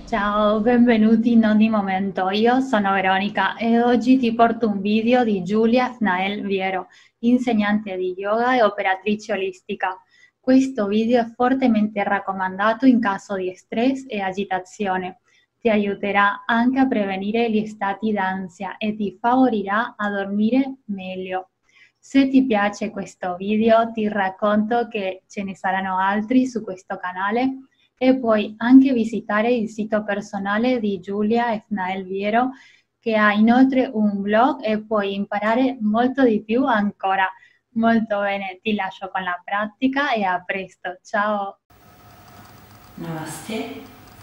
Ciao, benvenuti in ogni momento. Io sono Veronica e oggi ti porto un video di Giulia Snael Viero, insegnante di yoga e operatrice olistica. Questo video è fortemente raccomandato in caso di stress e agitazione. Ti aiuterà anche a prevenire gli stati d'ansia e ti favorirà a dormire meglio. Se ti piace questo video, ti racconto che ce ne saranno altri su questo canale e puoi anche visitare il sito personale di Giulia Efnael Viero, che ha inoltre un blog e puoi imparare molto di più ancora. Molto bene, ti lascio con la pratica e a presto. Ciao! Namaste,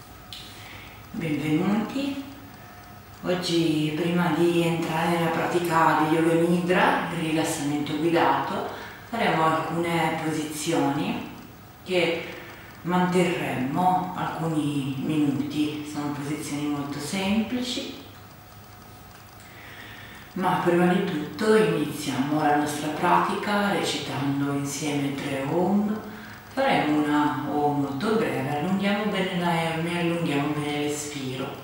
benvenuti. Oggi, prima di entrare nella pratica di Yoga Nidra, il rilassamento guidato, faremo alcune posizioni che manterremo alcuni minuti. Sono posizioni molto semplici, ma prima di tutto iniziamo la nostra pratica recitando insieme 3 Om. Faremo una Om molto breve, allunghiamo bene la M, allunghiamo bene l'espiro.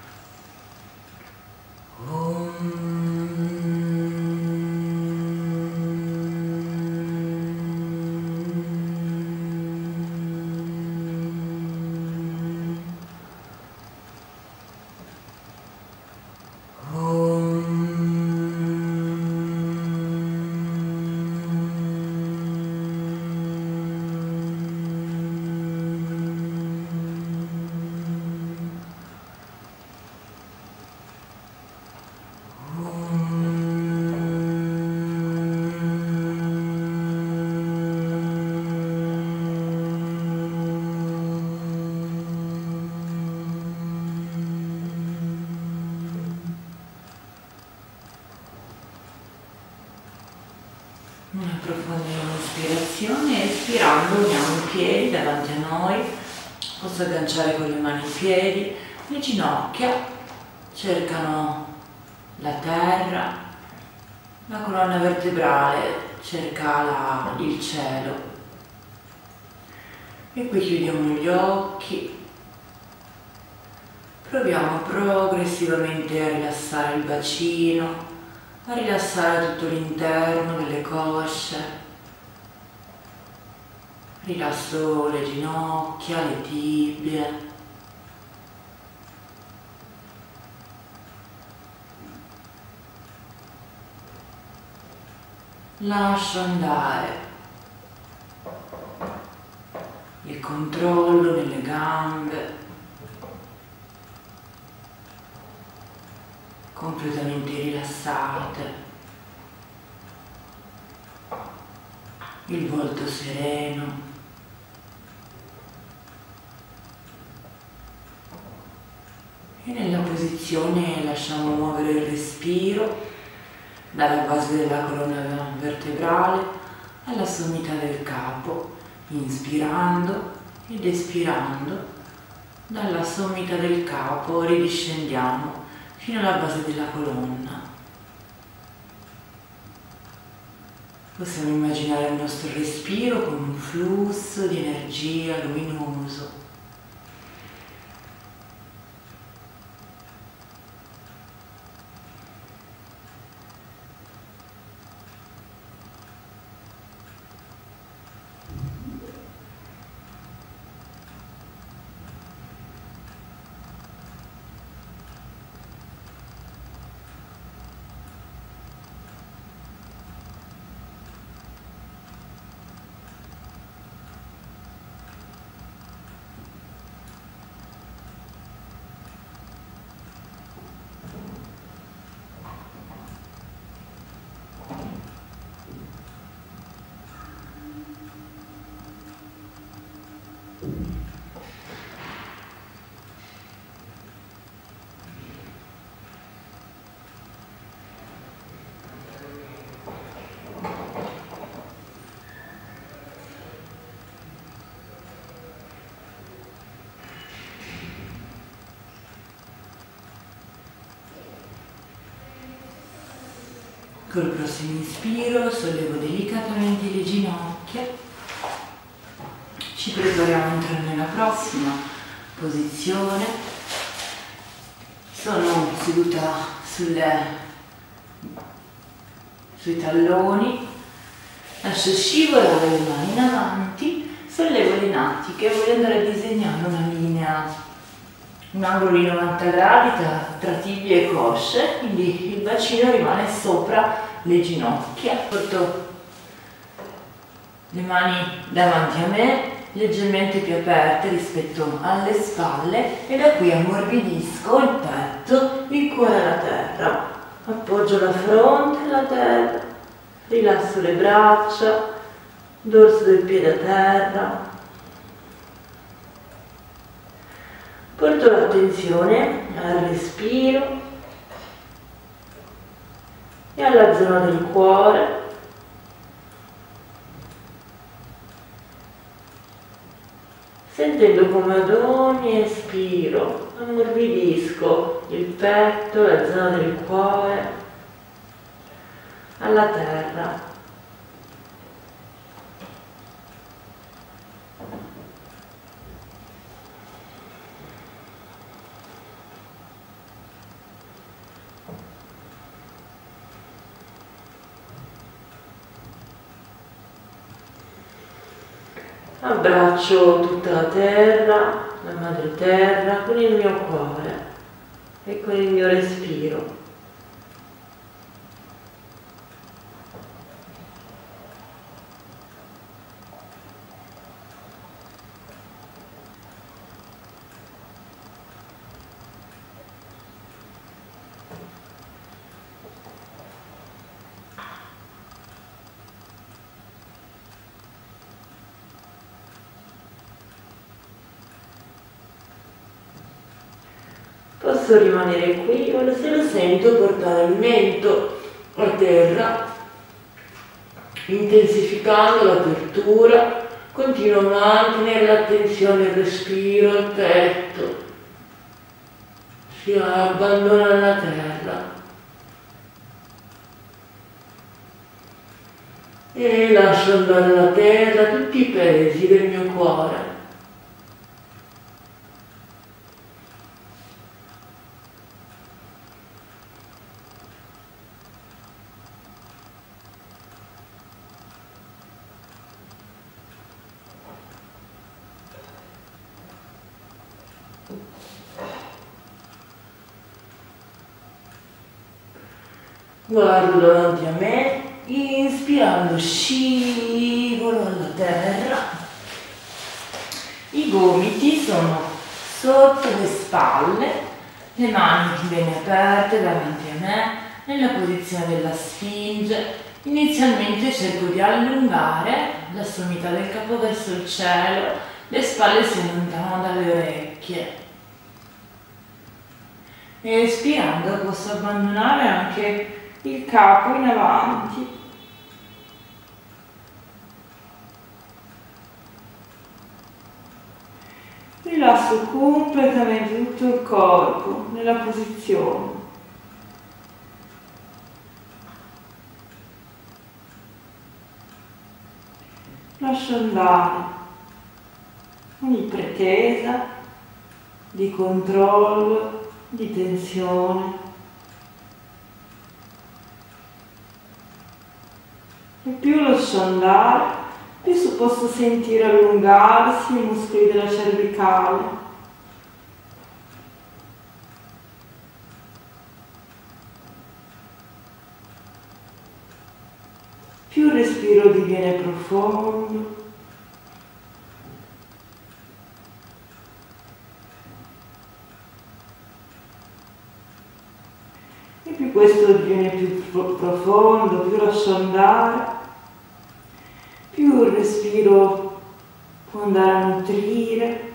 Una profonda ispirazione, espirando uniamo i piedi davanti a noi, posso agganciare con le mani i piedi, le ginocchia cercano la terra, la colonna vertebrale cerca il cielo. E qui chiudiamo gli occhi, proviamo progressivamente a rilassare il bacino, a rilassare tutto l'interno delle cosce, rilasso le ginocchia, le tibie, lascio andare il controllo nelle gambe, completamente rilassate, il volto sereno, e nella posizione lasciamo muovere il respiro dalla base della colonna vertebrale alla sommità del capo, inspirando ed espirando. Dalla sommità del capo ridiscendiamo fino alla base della colonna. Possiamo immaginare il nostro respiro come un flusso di energia luminoso. Col prossimo inspiro sollevo delicatamente le ginocchia, ci prepariamo a entrare nella prossima posizione, Sono seduta sui talloni, lascio scivolare le mani in avanti, sollevo le natiche, voglio andare a disegnare una linea, un angolo di 90 gradi tra tibie e cosce, quindi il bacino rimane sopra le ginocchia. Porto le mani davanti a me, leggermente più aperte rispetto alle spalle, e da qui ammorbidisco il petto, il cuore alla terra. Appoggio la fronte alla terra, rilasso le braccia, dorso del piede a terra. Porto l'attenzione al respiro e alla zona del cuore. Sentendo come ad ogni espiro ammorbidisco il petto, la zona del cuore, alla terra. Abbraccio tutta la terra, la madre terra, con il mio cuore e con il mio respiro. Posso rimanere qui o se lo sento portare il mento a terra, intensificando l'apertura, continuo a mantenere l'attenzione al respiro, al petto, si abbandona la terra e lascio andare la terra, tutti i pesi del mio cuore. Guardo davanti a me, inspirando scivolo alla terra. I gomiti sono sotto le spalle, le mani bene aperte davanti a me, nella posizione della sfinge. Inizialmente cerco di allungare la sommità del capo verso il cielo, le spalle si allontanano dalle orecchie. E espirando posso abbandonare anche il capo in avanti. Rilasso completamente tutto il corpo nella posizione. Lascio andare ogni pretesa di controllo, di tensione. E più lascio andare, più posso sentire allungarsi i muscoli della cervicale. Più il respiro diviene profondo. E più questo diviene più profondo, più lascio andare, più il respiro può andare a nutrire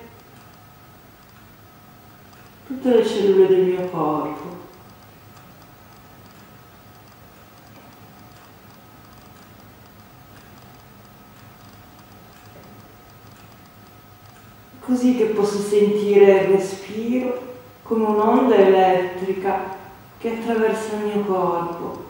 tutte le cellule del mio corpo. Così che posso sentire il respiro come un'onda elettrica che attraversa il mio corpo.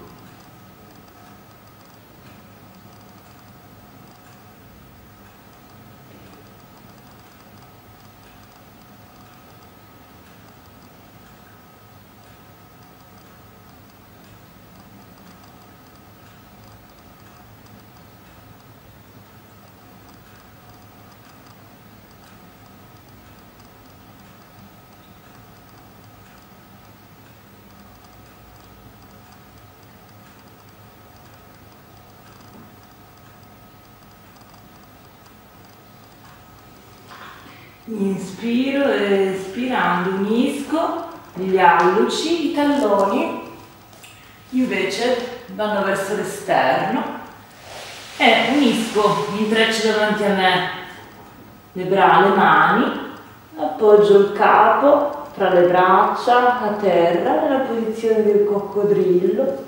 Inspiro e espirando unisco gli alluci, i talloni invece vanno verso l'esterno e unisco, intreccio davanti a me le mani, appoggio il capo tra le braccia a terra nella posizione del coccodrillo.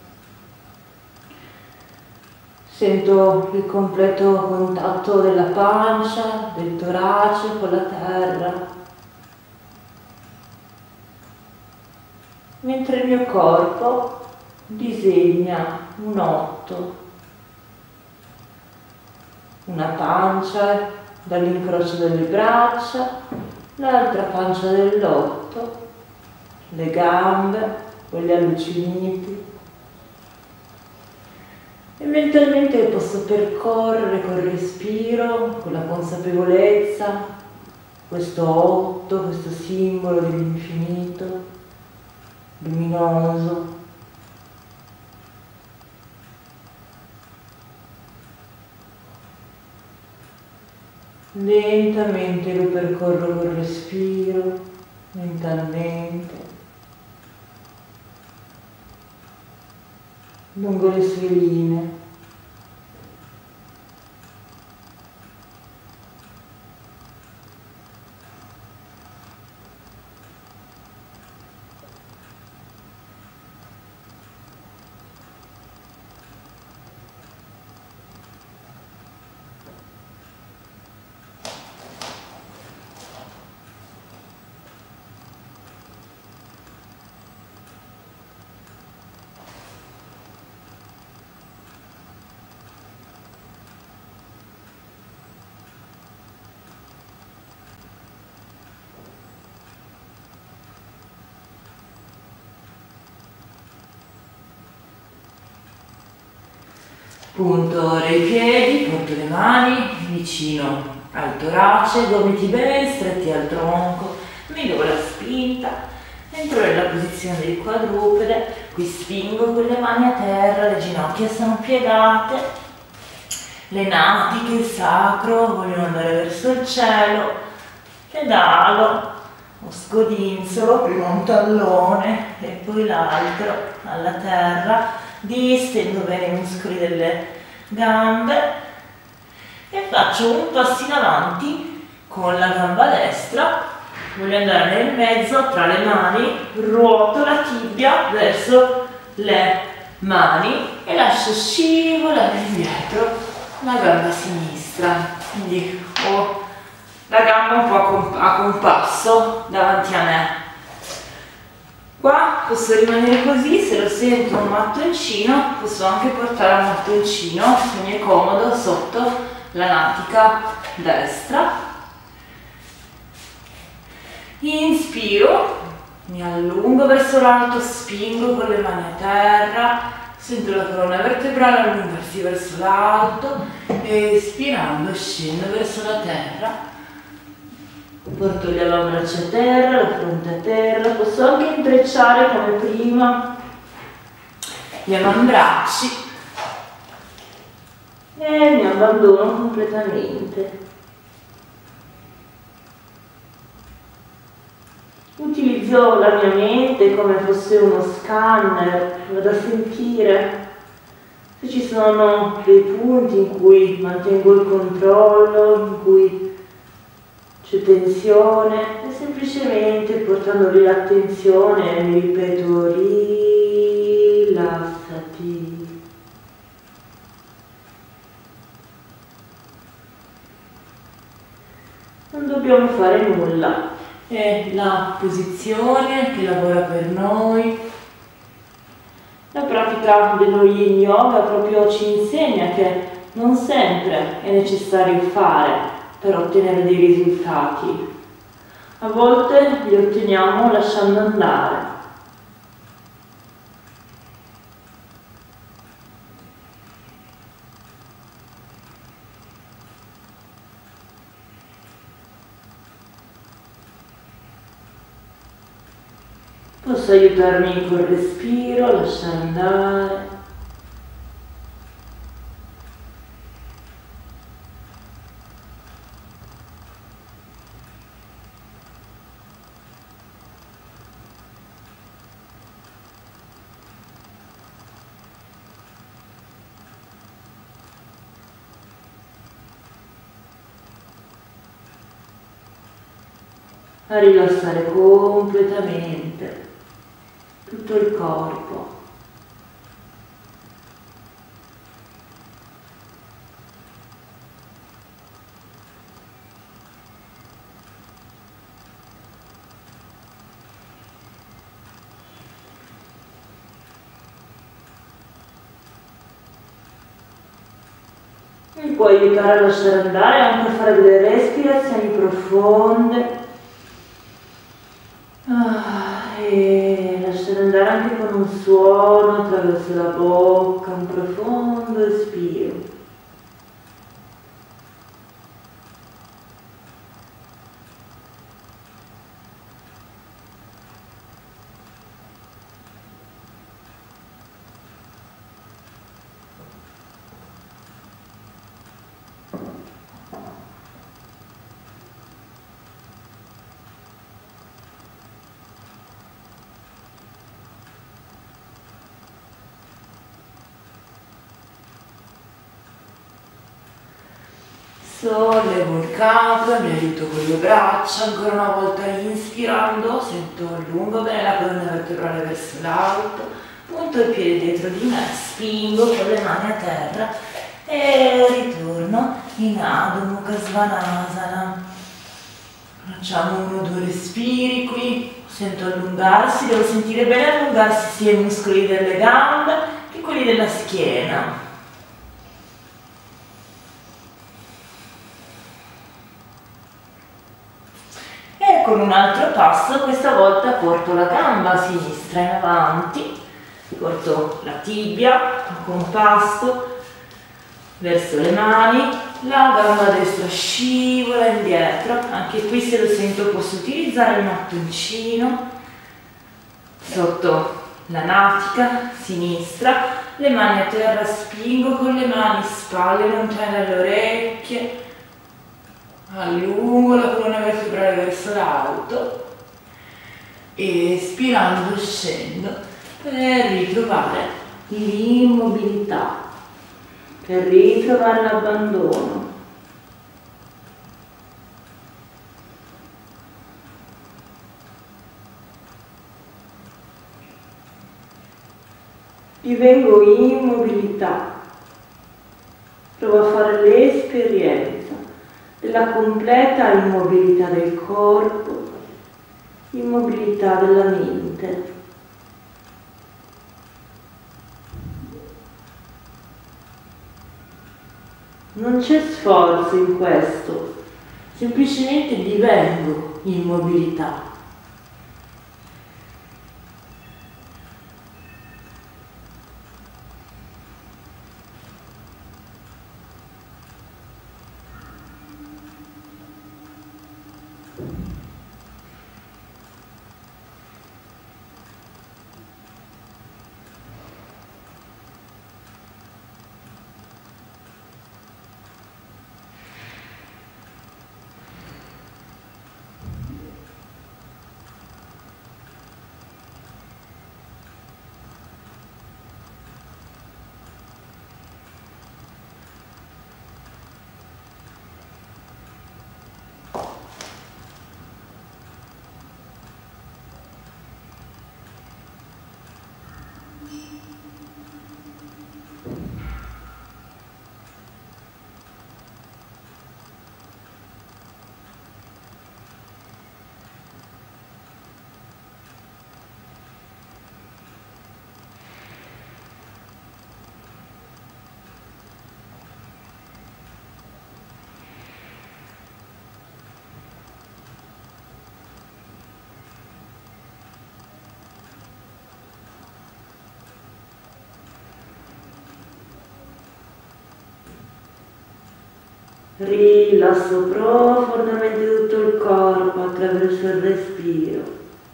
Sento il completo contatto della pancia, del torace con la terra, mentre il mio corpo disegna un 8, una pancia dall'incrocio delle braccia, l'altra pancia dell'8, le gambe con gli alluciniti. E mentalmente posso percorrere col respiro, con la consapevolezza, questo 8, questo simbolo dell'infinito, luminoso. Lentamente lo percorro col respiro, mentalmente, lungo le sue linee. Punto ora i piedi, porto le mani vicino al torace, gomiti ben stretti al tronco, mi do la spinta, entro nella posizione del quadrupede, qui spingo con le mani a terra, le ginocchia sono piegate, le natiche, il sacro vogliono andare verso il cielo, pedalo o scodinzolo, prima un tallone e poi l'altro alla terra. Distendo bene i muscoli delle gambe e faccio un passo in avanti con la gamba destra, voglio andare nel mezzo tra le mani, ruoto la tibia verso le mani e lascio scivolare indietro la gamba sinistra, quindi ho la gamba un po' a compasso davanti a me. Qua posso rimanere così, se lo sento un mattoncino posso anche portare il mattoncino, se mi è comodo, sotto la natica destra. Inspiro, mi allungo verso l'alto, spingo con le mani a terra, sento la colonna vertebrale allungarsi verso l'alto e espirando scendo verso la terra. Porto gli avambracci a terra, la fronte a terra, posso anche intrecciare come prima gli avambracci e mi abbandono completamente. Utilizzo la mia mente come fosse uno scanner, vado a sentire se ci sono dei punti in cui mantengo il controllo, in cui c'è tensione e semplicemente portando lì l'attenzione mi ripeto rilassati. Non dobbiamo fare nulla, è la posizione che lavora per noi. La pratica dello Yin Yoga proprio ci insegna che non sempre è necessario fare per ottenere dei risultati. A volte li otteniamo lasciando andare. Posso aiutarmi col respiro, lasciare andare. a rilassare completamente tutto il corpo. Mi può aiutare a lasciare andare, anche a fare delle respirazioni profonde. E lasciare andare anche con un suono attraverso la bocca, un profondo respiro. Sollevo il capo, mi aiuto con le braccia, ancora una volta inspirando, sento allungo bene la colonna vertebrale verso l'alto, punto il piede dietro di me, spingo con le mani a terra e ritorno in Adho Mukha Svanasana. Facciamo 1-2 respiri qui, sento allungarsi, devo sentire bene allungarsi sia i muscoli delle gambe che quelli della schiena. Con un altro passo, questa volta porto la gamba sinistra in avanti, porto la tibia a compasso verso le mani, la gamba destra scivola indietro, anche qui se lo sento posso utilizzare il mattoncino sotto la natica sinistra, le mani a terra, spingo con le mani, spalle lontane dalle orecchie, allungo la colonna vertebrale verso l'alto, espirando scendo per ritrovare l'immobilità, per ritrovare l'abbandono. Divengo immobilità, provo a fare l'esperienza della completa immobilità del corpo, immobilità della mente. Non c'è sforzo in questo, semplicemente divengo immobilità. Rilasso profondamente tutto il corpo attraverso il respiro.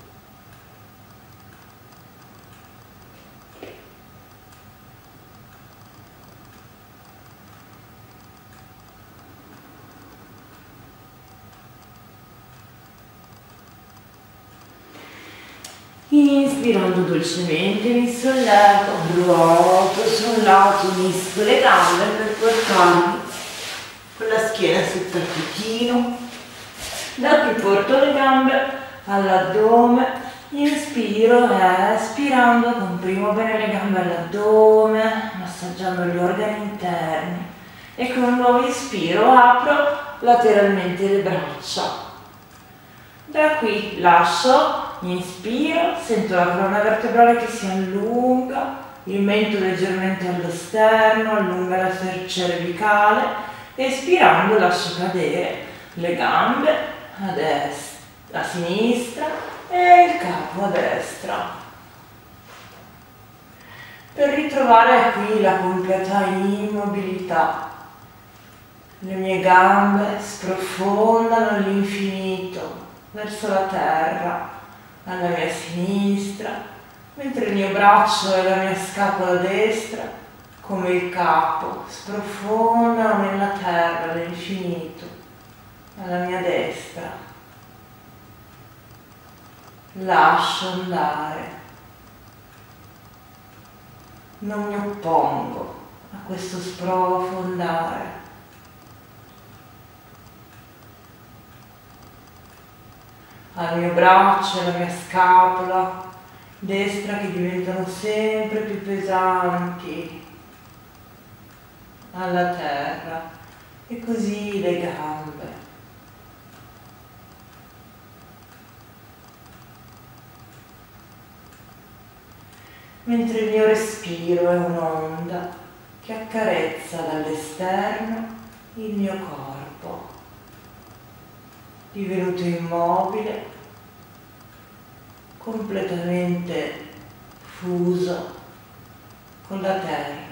Inspirando dolcemente mi sollevo, ruoto sul lato, unisco le gambe per portarmi con la schiena sul tappetino. Da qui porto le gambe all'addome. Inspiro e espirando comprimo bene le gambe all'addome, massaggiando gli organi interni. E con un nuovo ispiro apro lateralmente le braccia. Da qui lascio, inspiro, sento la colonna vertebrale che si allunga, il mento leggermente allo sterno, allunga la cervicale, espirando lascio cadere le gambe a destra, a sinistra e il capo a destra. Per ritrovare qui la completa immobilità. Le mie gambe sprofondano all'infinito verso la terra, alla mia sinistra, mentre il mio braccio e la mia scapola destra, come il capo, sprofondano nella terra all'infinito, alla mia destra. Lascio andare. Non mi oppongo a questo sprofondare. Al mio braccio e alla mia scapola destra che diventano sempre più pesanti, alla terra, e così le gambe. Mentre il mio respiro è un'onda che accarezza dall'esterno il mio corpo, divenuto immobile, completamente fuso con la terra.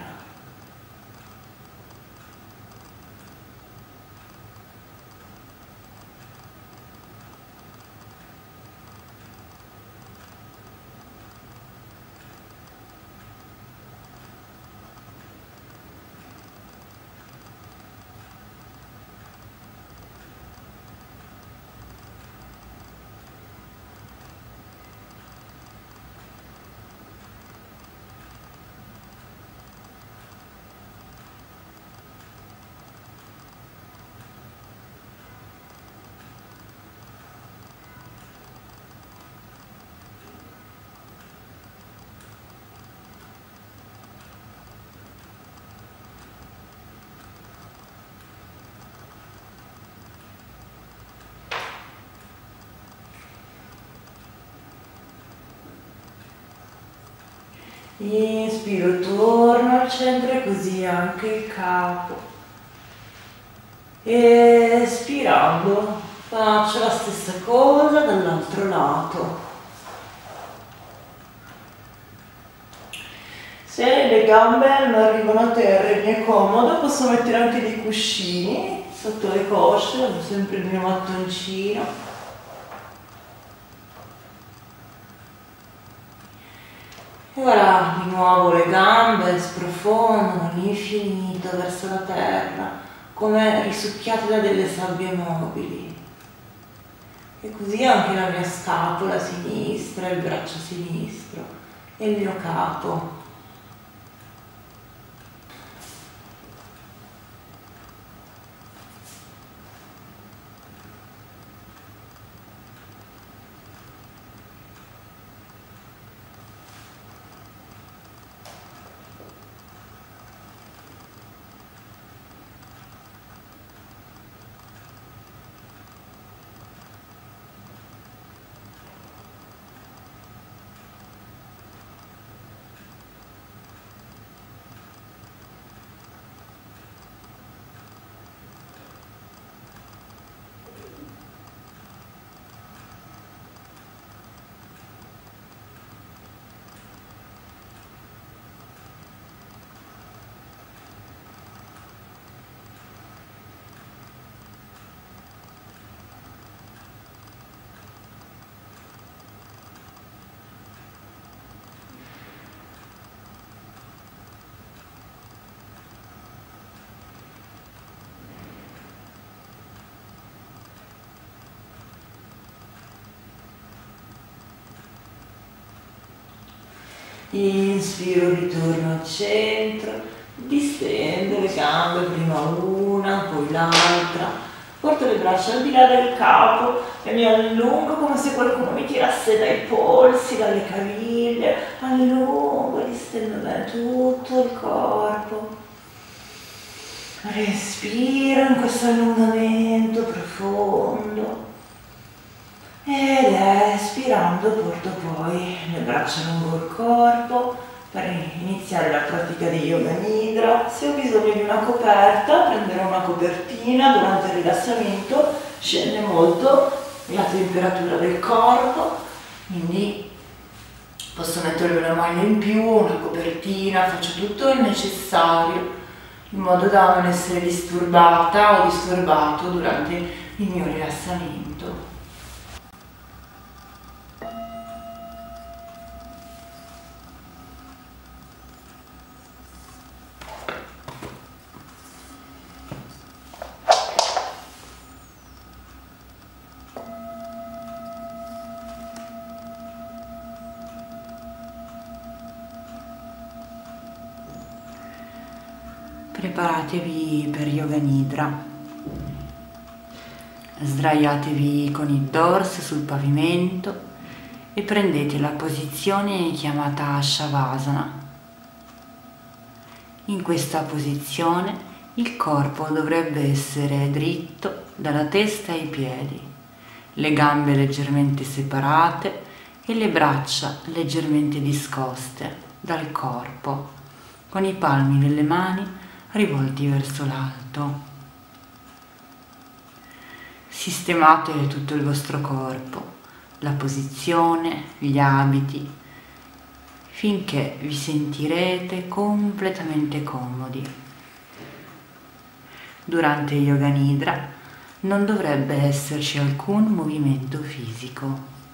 Inspiro, torno al centro e così anche il capo. Espirando faccio la stessa cosa dall'altro lato. Se le gambe non arrivano a terra e mi è comodo, posso mettere anche dei cuscini sotto le cosce, ho sempre il mio mattoncino. E ora di nuovo le gambe sprofondano all'infinito verso la terra, come risucchiate da delle sabbie mobili. E così anche la mia scapola sinistra, il braccio sinistro e il mio capo. Inspiro, ritorno al centro, distendo le gambe, prima una, poi l'altra, porto le braccia al di là del capo, e mi allungo come se qualcuno mi tirasse dai polsi, dalle caviglie, allungo, distendo bene tutto il corpo. Respiro in questo allungamento profondo ed espirando porto poi le braccia lungo il corpo per iniziare la pratica di Yoga Nidra. Se ho bisogno di una coperta, prenderò una copertina. Durante il rilassamento scende molto la temperatura del corpo, quindi posso mettere una maglia in più, una copertina, faccio tutto il necessario in modo da non essere disturbata o disturbato durante il mio rilassamento. Preparatevi per Yoga Nidra. Sdraiatevi con il dorso sul pavimento e prendete la posizione chiamata Shavasana. In questa posizione il corpo dovrebbe essere dritto dalla testa ai piedi, le gambe leggermente separate e le braccia leggermente discoste dal corpo, con i palmi delle mani rivolti verso l'alto. Sistemate tutto il vostro corpo, la posizione, gli abiti, finché vi sentirete completamente comodi. Durante Yoga Nidra non dovrebbe esserci alcun movimento fisico.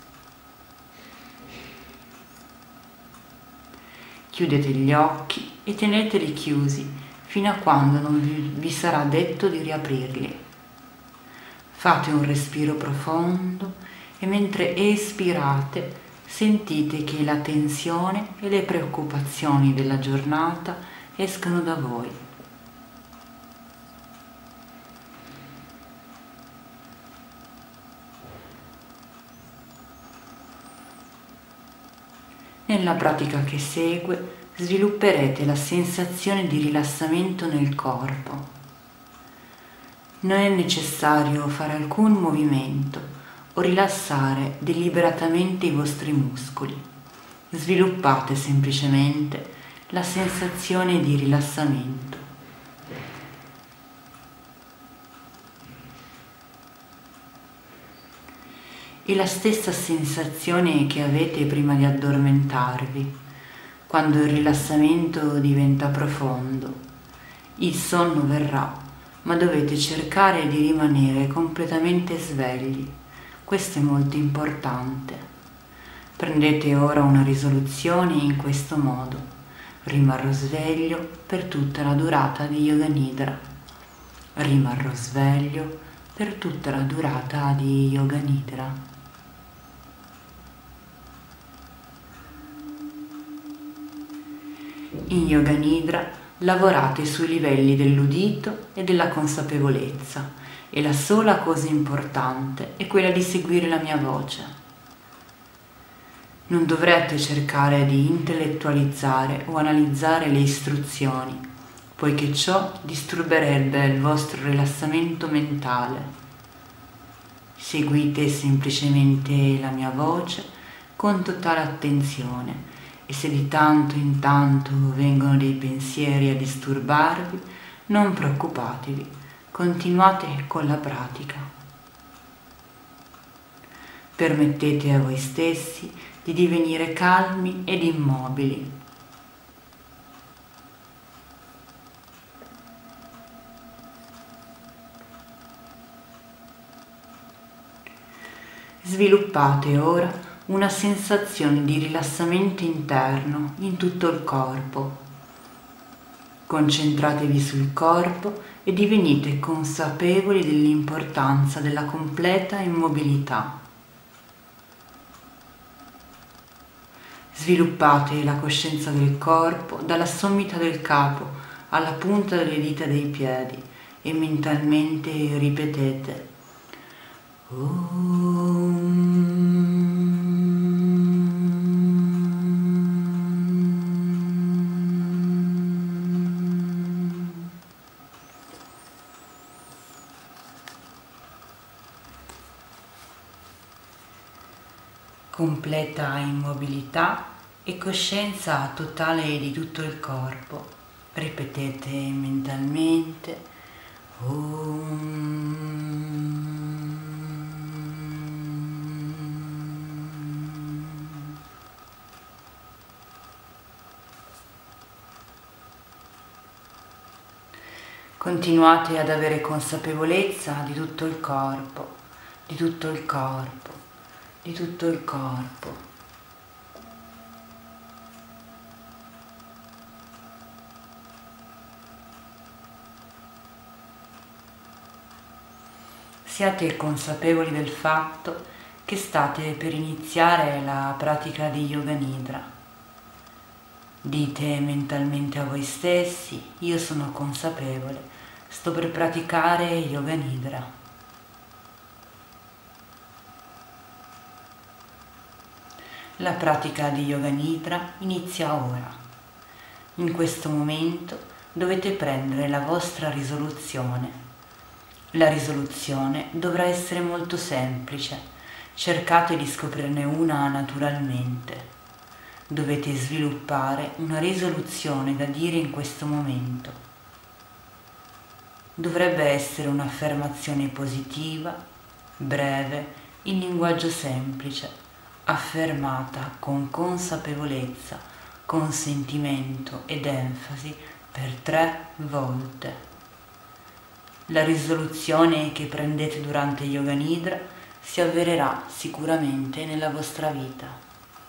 Chiudete gli occhi e teneteli chiusi fino a quando non vi sarà detto di riaprirli. Fate un respiro profondo e mentre espirate sentite che la tensione e le preoccupazioni della giornata escono da voi. Nella pratica che segue svilupperete la sensazione di rilassamento nel corpo. Non è necessario fare alcun movimento o rilassare deliberatamente i vostri muscoli. Sviluppate semplicemente la sensazione di rilassamento. È la stessa sensazione che avete prima di addormentarvi. Quando il rilassamento diventa profondo, il sonno verrà, ma dovete cercare di rimanere completamente svegli. Questo è molto importante. Prendete ora una risoluzione in questo modo: rimarrò sveglio per tutta la durata di Yoga Nidra. Rimarrò sveglio per tutta la durata di Yoga Nidra. In Yoga Nidra lavorate sui livelli dell'udito e della consapevolezza e la sola cosa importante è quella di seguire la mia voce. Non dovrete cercare di intellettualizzare o analizzare le istruzioni, poiché ciò disturberebbe il vostro rilassamento mentale. Seguite semplicemente la mia voce con totale attenzione. E se di tanto in tanto vengono dei pensieri a disturbarvi, non preoccupatevi, continuate con la pratica. Permettete a voi stessi di divenire calmi ed immobili. Sviluppate ora una sensazione di rilassamento interno in tutto il corpo. Concentratevi sul corpo e divenite consapevoli dell'importanza della completa immobilità. Sviluppate la coscienza del corpo dalla sommità del capo alla punta delle dita dei piedi e mentalmente ripetete: Completa immobilità e coscienza totale di tutto il corpo. Ripetete mentalmente Continuate ad avere consapevolezza di tutto il corpo, di tutto il corpo, di tutto il corpo. Siate consapevoli del fatto che state per iniziare la pratica di Yoga Nidra. Dite mentalmente a voi stessi: io sono consapevole, sto per praticare Yoga Nidra. La pratica di Yoga Nidra inizia ora. In questo momento dovete prendere la vostra risoluzione. La risoluzione dovrà essere molto semplice. Cercate di scoprirne una naturalmente. Dovete sviluppare una risoluzione da dire in questo momento. Dovrebbe essere un'affermazione positiva, breve, in linguaggio semplice, affermata con consapevolezza, con sentimento ed enfasi per 3 volte. La risoluzione che prendete durante Yoga Nidra si avvererà sicuramente nella vostra vita.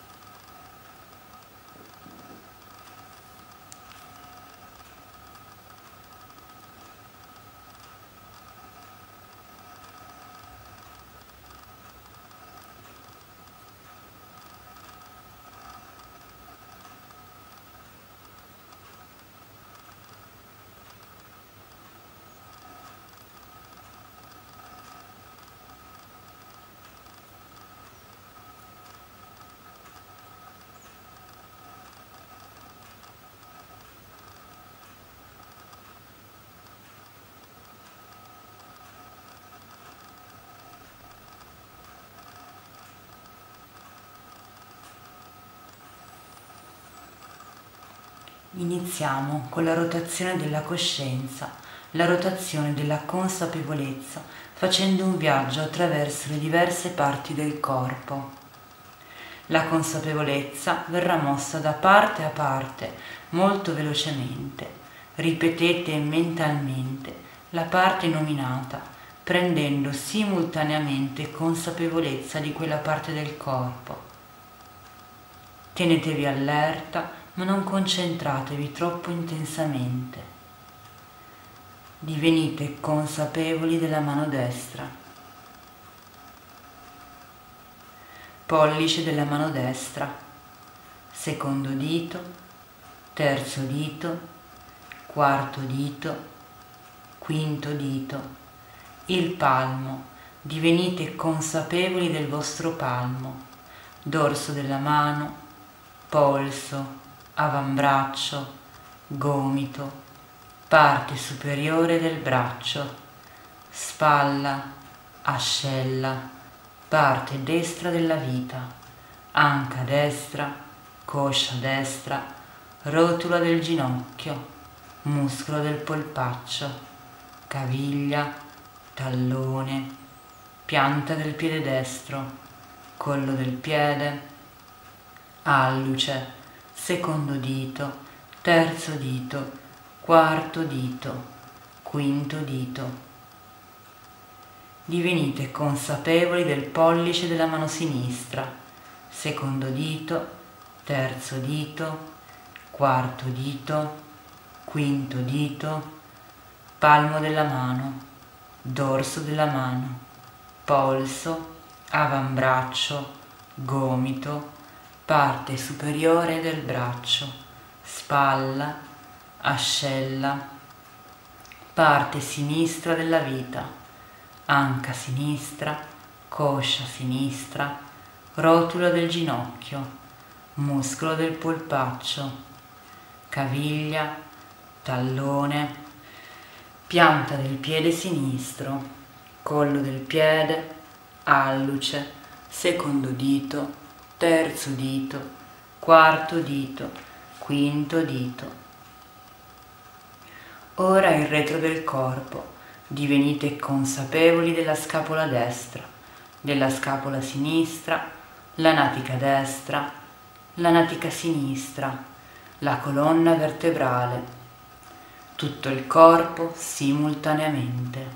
Iniziamo con la rotazione della coscienza, la rotazione della consapevolezza, facendo un viaggio attraverso le diverse parti del corpo. La consapevolezza verrà mossa da parte a parte, molto velocemente. Ripetete mentalmente la parte nominata, prendendo simultaneamente consapevolezza di quella parte del corpo. Tenetevi allerta, ma non concentratevi troppo intensamente. Divenite consapevoli della mano destra. Pollice della mano destra, secondo dito, terzo dito, quarto dito, quinto dito, il palmo. Divenite consapevoli del vostro palmo, dorso della mano, polso, avambraccio, gomito, parte superiore del braccio, spalla, ascella, parte destra della vita, anca destra, coscia destra, rotula del ginocchio, muscolo del polpaccio, caviglia, tallone, pianta del piede destro, collo del piede, alluce, secondo dito, terzo dito, quarto dito, quinto dito. Divenite consapevoli del pollice della mano sinistra, secondo dito, terzo dito, quarto dito, quinto dito, palmo della mano, dorso della mano, polso, avambraccio, gomito, parte superiore del braccio, spalla, ascella, parte sinistra della vita, anca sinistra, coscia sinistra, rotulo del ginocchio, muscolo del polpaccio, caviglia, tallone, pianta del piede sinistro, collo del piede, alluce, secondo dito, terzo dito, quarto dito, quinto dito. Ora il retro del corpo, divenite consapevoli della scapola destra, della scapola sinistra, la natica destra, la natica sinistra, la colonna vertebrale, tutto il corpo simultaneamente.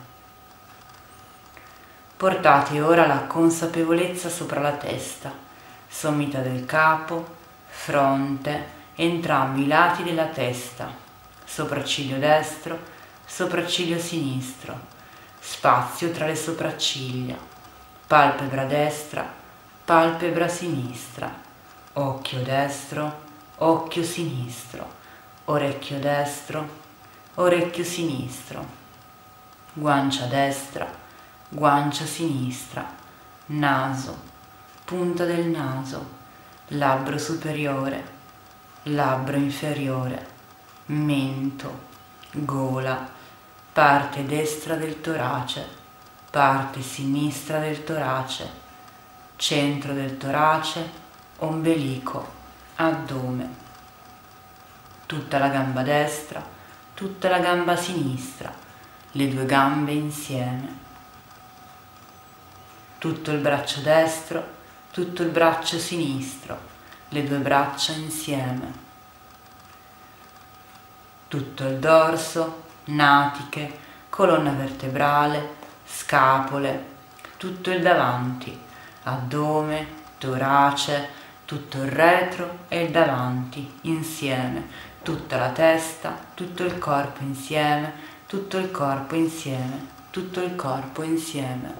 Portate ora la consapevolezza sopra la testa, sommità del capo, fronte, entrambi i lati della testa, sopracciglio destro, sopracciglio sinistro, spazio tra le sopracciglia, palpebra destra, palpebra sinistra, occhio destro, occhio sinistro, orecchio destro, orecchio sinistro, guancia destra, guancia sinistra, naso, punta del naso, labbro superiore, labbro inferiore, mento, gola, parte destra del torace, parte sinistra del torace, centro del torace, ombelico, addome, tutta la gamba destra, tutta la gamba sinistra, le due gambe insieme, tutto il braccio destro, tutto il braccio sinistro, le due braccia insieme, tutto il dorso, natiche, colonna vertebrale, scapole, tutto il davanti, addome, torace, tutto il retro e il davanti insieme, tutta la testa, tutto il corpo insieme, tutto il corpo insieme, tutto il corpo insieme.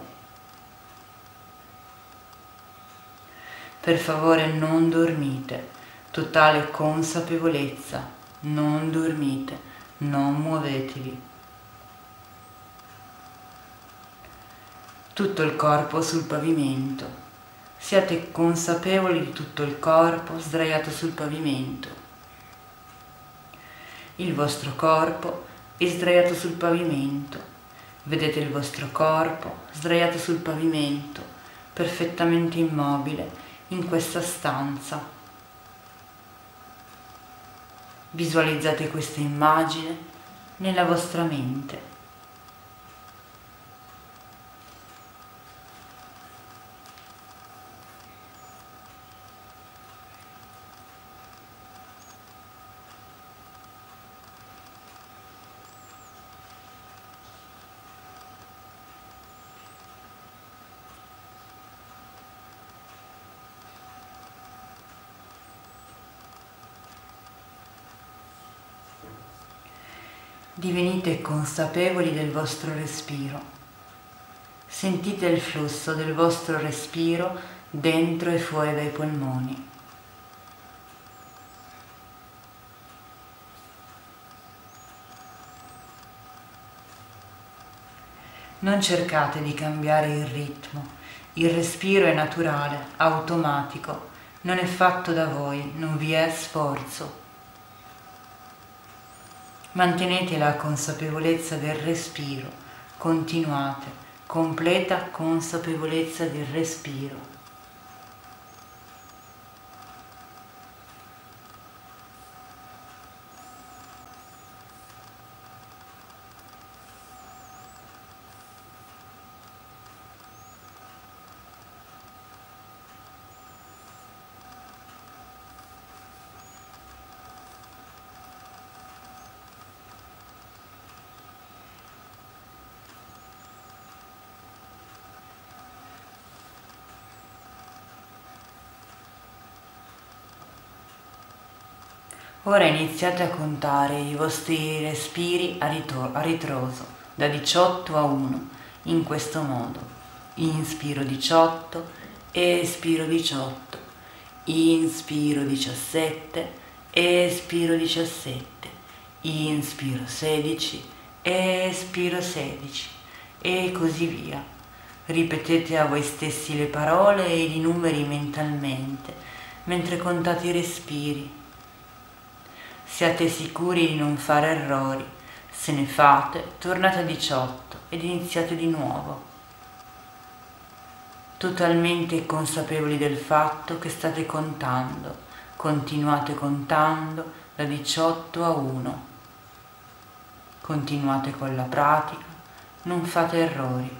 Per favore non dormite, totale consapevolezza, non dormite, non muovetevi. Tutto il corpo sul pavimento. Siate consapevoli di tutto il corpo sdraiato sul pavimento. Il vostro corpo è sdraiato sul pavimento. Vedete il vostro corpo sdraiato sul pavimento, perfettamente immobile in questa stanza. Visualizzate questa immagine nella vostra mente. Divenite consapevoli del vostro respiro. Sentite il flusso del vostro respiro dentro e fuori dai polmoni. Non cercate di cambiare il ritmo. Il respiro è naturale, automatico, non è fatto da voi, non vi è sforzo. Mantenete la consapevolezza del respiro, continuate, completa consapevolezza del respiro. Ora iniziate a contare i vostri respiri a ritroso, da 18 a 1, in questo modo. Inspiro 18, espiro 18, inspiro 17, espiro 17, inspiro 16, espiro 16 e così via. Ripetete a voi stessi le parole e i numeri mentalmente, mentre contate i respiri. Siate sicuri di non fare errori. Se ne fate, tornate a 18 ed iniziate di nuovo. Totalmente consapevoli del fatto che state contando, continuate contando da 18 a 1. Continuate con la pratica, non fate errori.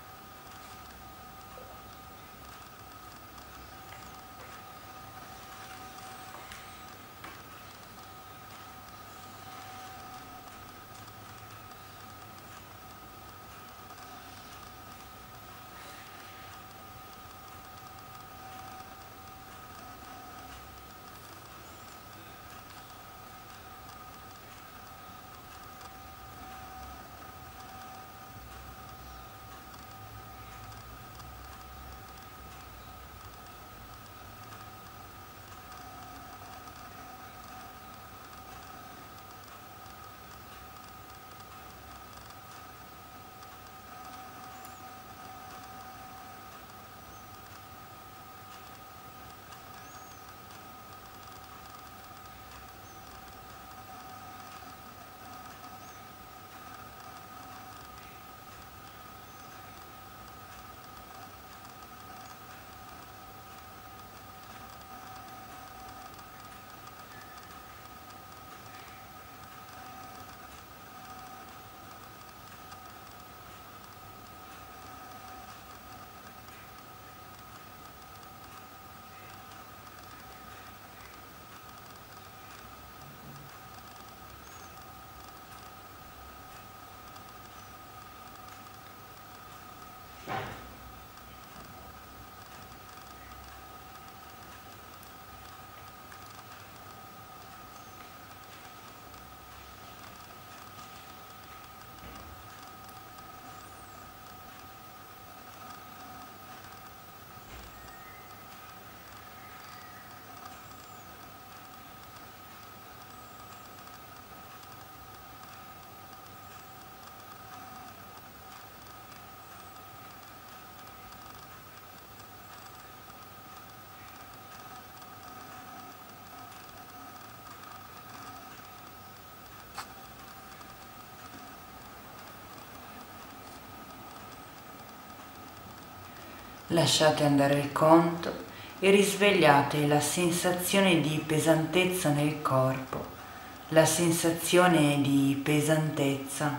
Lasciate andare il conto e risvegliate la sensazione di pesantezza nel corpo, la sensazione di pesantezza.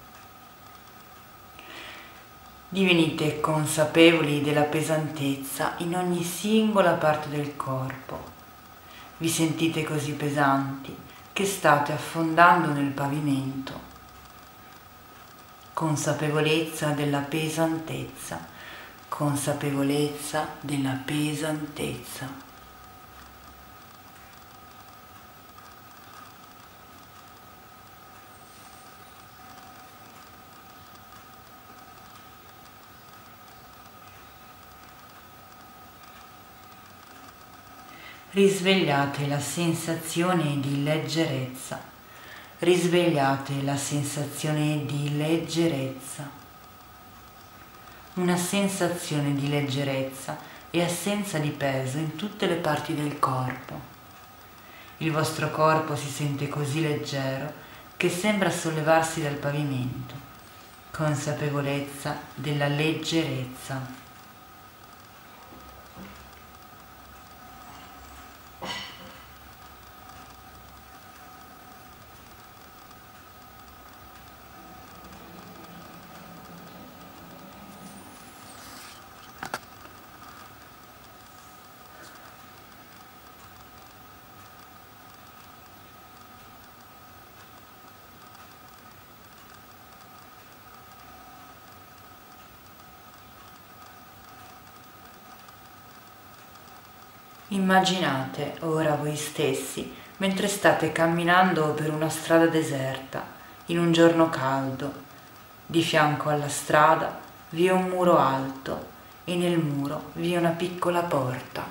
Divenite consapevoli della pesantezza in ogni singola parte del corpo. Vi sentite così pesanti che state affondando nel pavimento. Consapevolezza della pesantezza. Consapevolezza della pesantezza. Risvegliate la sensazione di leggerezza. Risvegliate la sensazione di leggerezza. Una sensazione di leggerezza e assenza di peso in tutte le parti del corpo. Il vostro corpo si sente così leggero che sembra sollevarsi dal pavimento. Consapevolezza della leggerezza. Immaginate ora voi stessi mentre state camminando per una strada deserta, in un giorno caldo. Di fianco alla strada vi è un muro alto e nel muro vi è una piccola porta.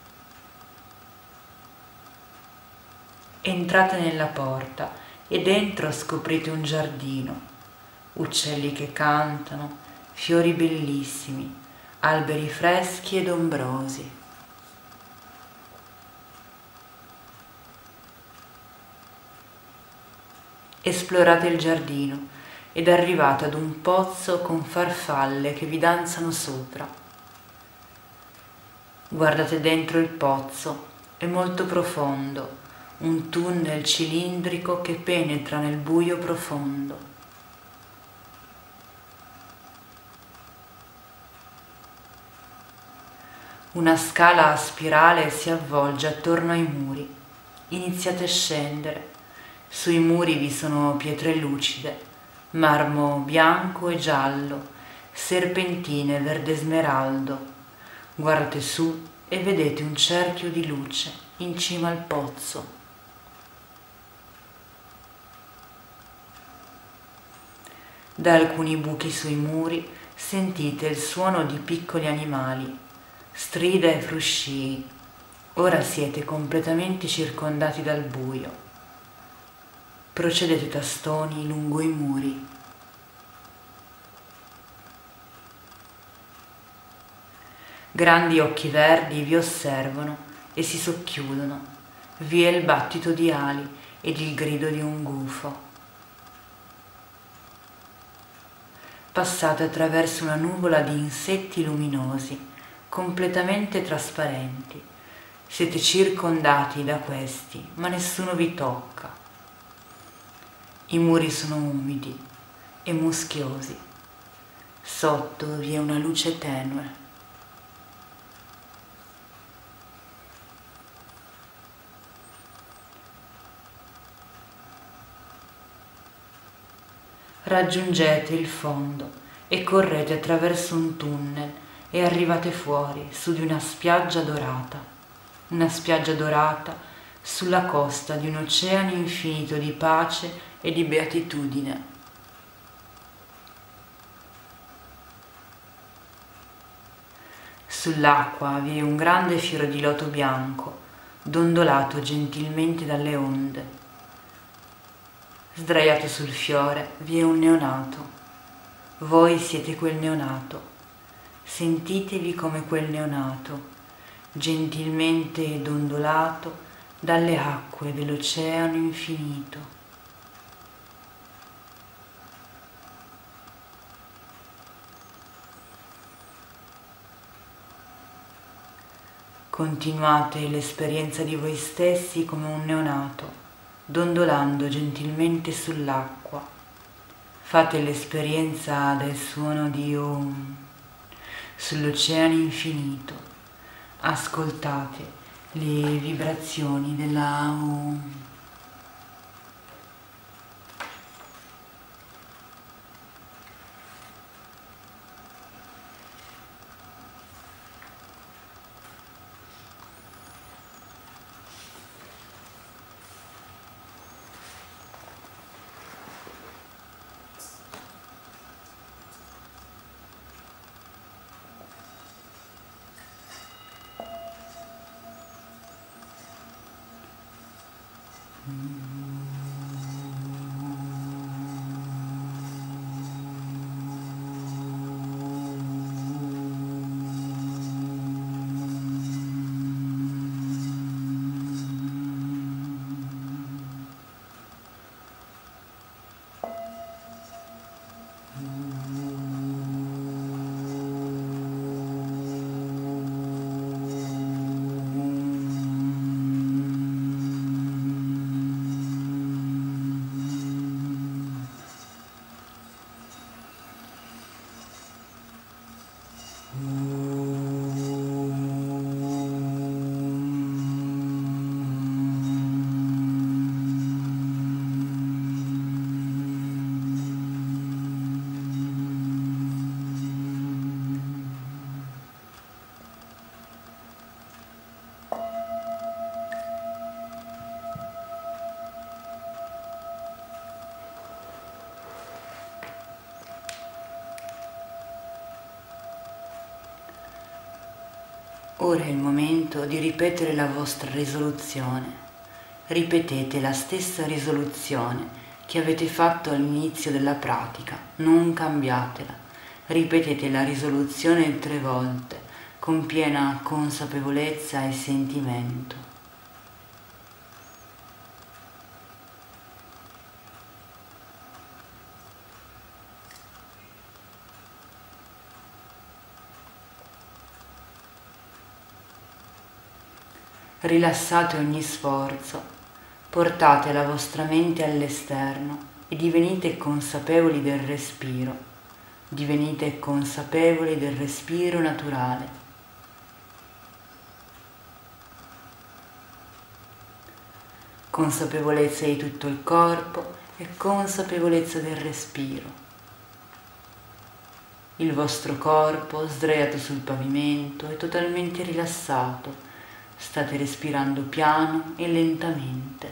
Entrate nella porta e dentro scoprite un giardino, uccelli che cantano, fiori bellissimi, alberi freschi ed ombrosi. Esplorate il giardino ed arrivate ad un pozzo con farfalle che vi danzano sopra. Guardate dentro il pozzo, è molto profondo, un tunnel cilindrico che penetra nel buio profondo. Una scala a spirale si avvolge attorno ai muri. Iniziate a scendere. Sui muri vi sono pietre lucide, marmo bianco e giallo, serpentine verde smeraldo. Guardate su e vedete un cerchio di luce in cima al pozzo. Da alcuni buchi sui muri sentite il suono di piccoli animali, strida e fruscii. Ora siete completamente circondati dal buio. Procedete tastoni lungo i muri. Grandi occhi verdi vi osservano e si socchiudono. Vi è il battito di ali ed il grido di un gufo. Passate attraverso una nuvola di insetti luminosi, completamente trasparenti. Siete circondati da questi, ma nessuno vi tocca. I muri sono umidi e muschiosi. Sotto vi è una luce tenue. Raggiungete il fondo e correte attraverso un tunnel e arrivate fuori su di una spiaggia dorata sulla costa di un oceano infinito di pace e di beatitudine. Sull'acqua vi è un grande fiore di loto bianco, dondolato gentilmente dalle onde. Sdraiato sul fiore vi è un neonato. Voi siete quel neonato. Sentitevi come quel neonato, gentilmente dondolato dalle acque dell'oceano infinito. Continuate l'esperienza di voi stessi come un neonato, dondolando gentilmente sull'acqua. Fate l'esperienza del suono di Om sull'oceano infinito. Ascoltate le vibrazioni della Om. Ora è il momento di ripetere la vostra risoluzione. Ripetete la stessa risoluzione che avete fatto all'inizio della pratica, non cambiatela. Ripetete la risoluzione 3 volte con piena consapevolezza e sentimento. Rilassate ogni sforzo, portate la vostra mente all'esterno e divenite consapevoli del respiro. Divenite consapevoli del respiro naturale. Consapevolezza di tutto il corpo e consapevolezza del respiro. Il vostro corpo sdraiato sul pavimento è totalmente rilassato. State respirando piano e lentamente.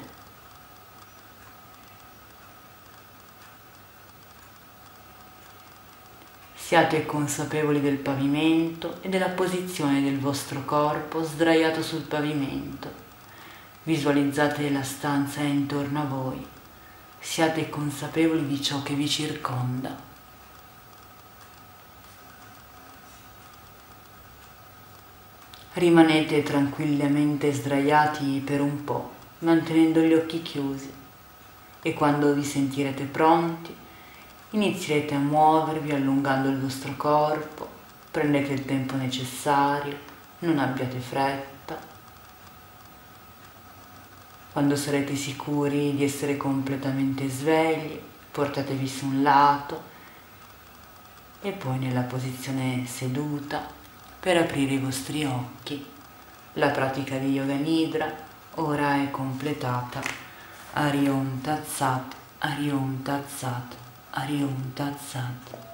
Siate consapevoli del pavimento e della posizione del vostro corpo sdraiato sul pavimento. Visualizzate la stanza intorno a voi. Siate consapevoli di ciò che vi circonda. Rimanete tranquillamente sdraiati per un po', mantenendo gli occhi chiusi, e quando vi sentirete pronti, inizierete a muovervi allungando il vostro corpo. Prendete il tempo necessario, non abbiate fretta. Quando sarete sicuri di essere completamente svegli, portatevi su un lato e poi nella posizione seduta per aprire i vostri occhi. La pratica di Yoga Nidra ora è completata. Hari Om Tat Sat, Hari Om Tat Sat, Hari Om Tat Sat.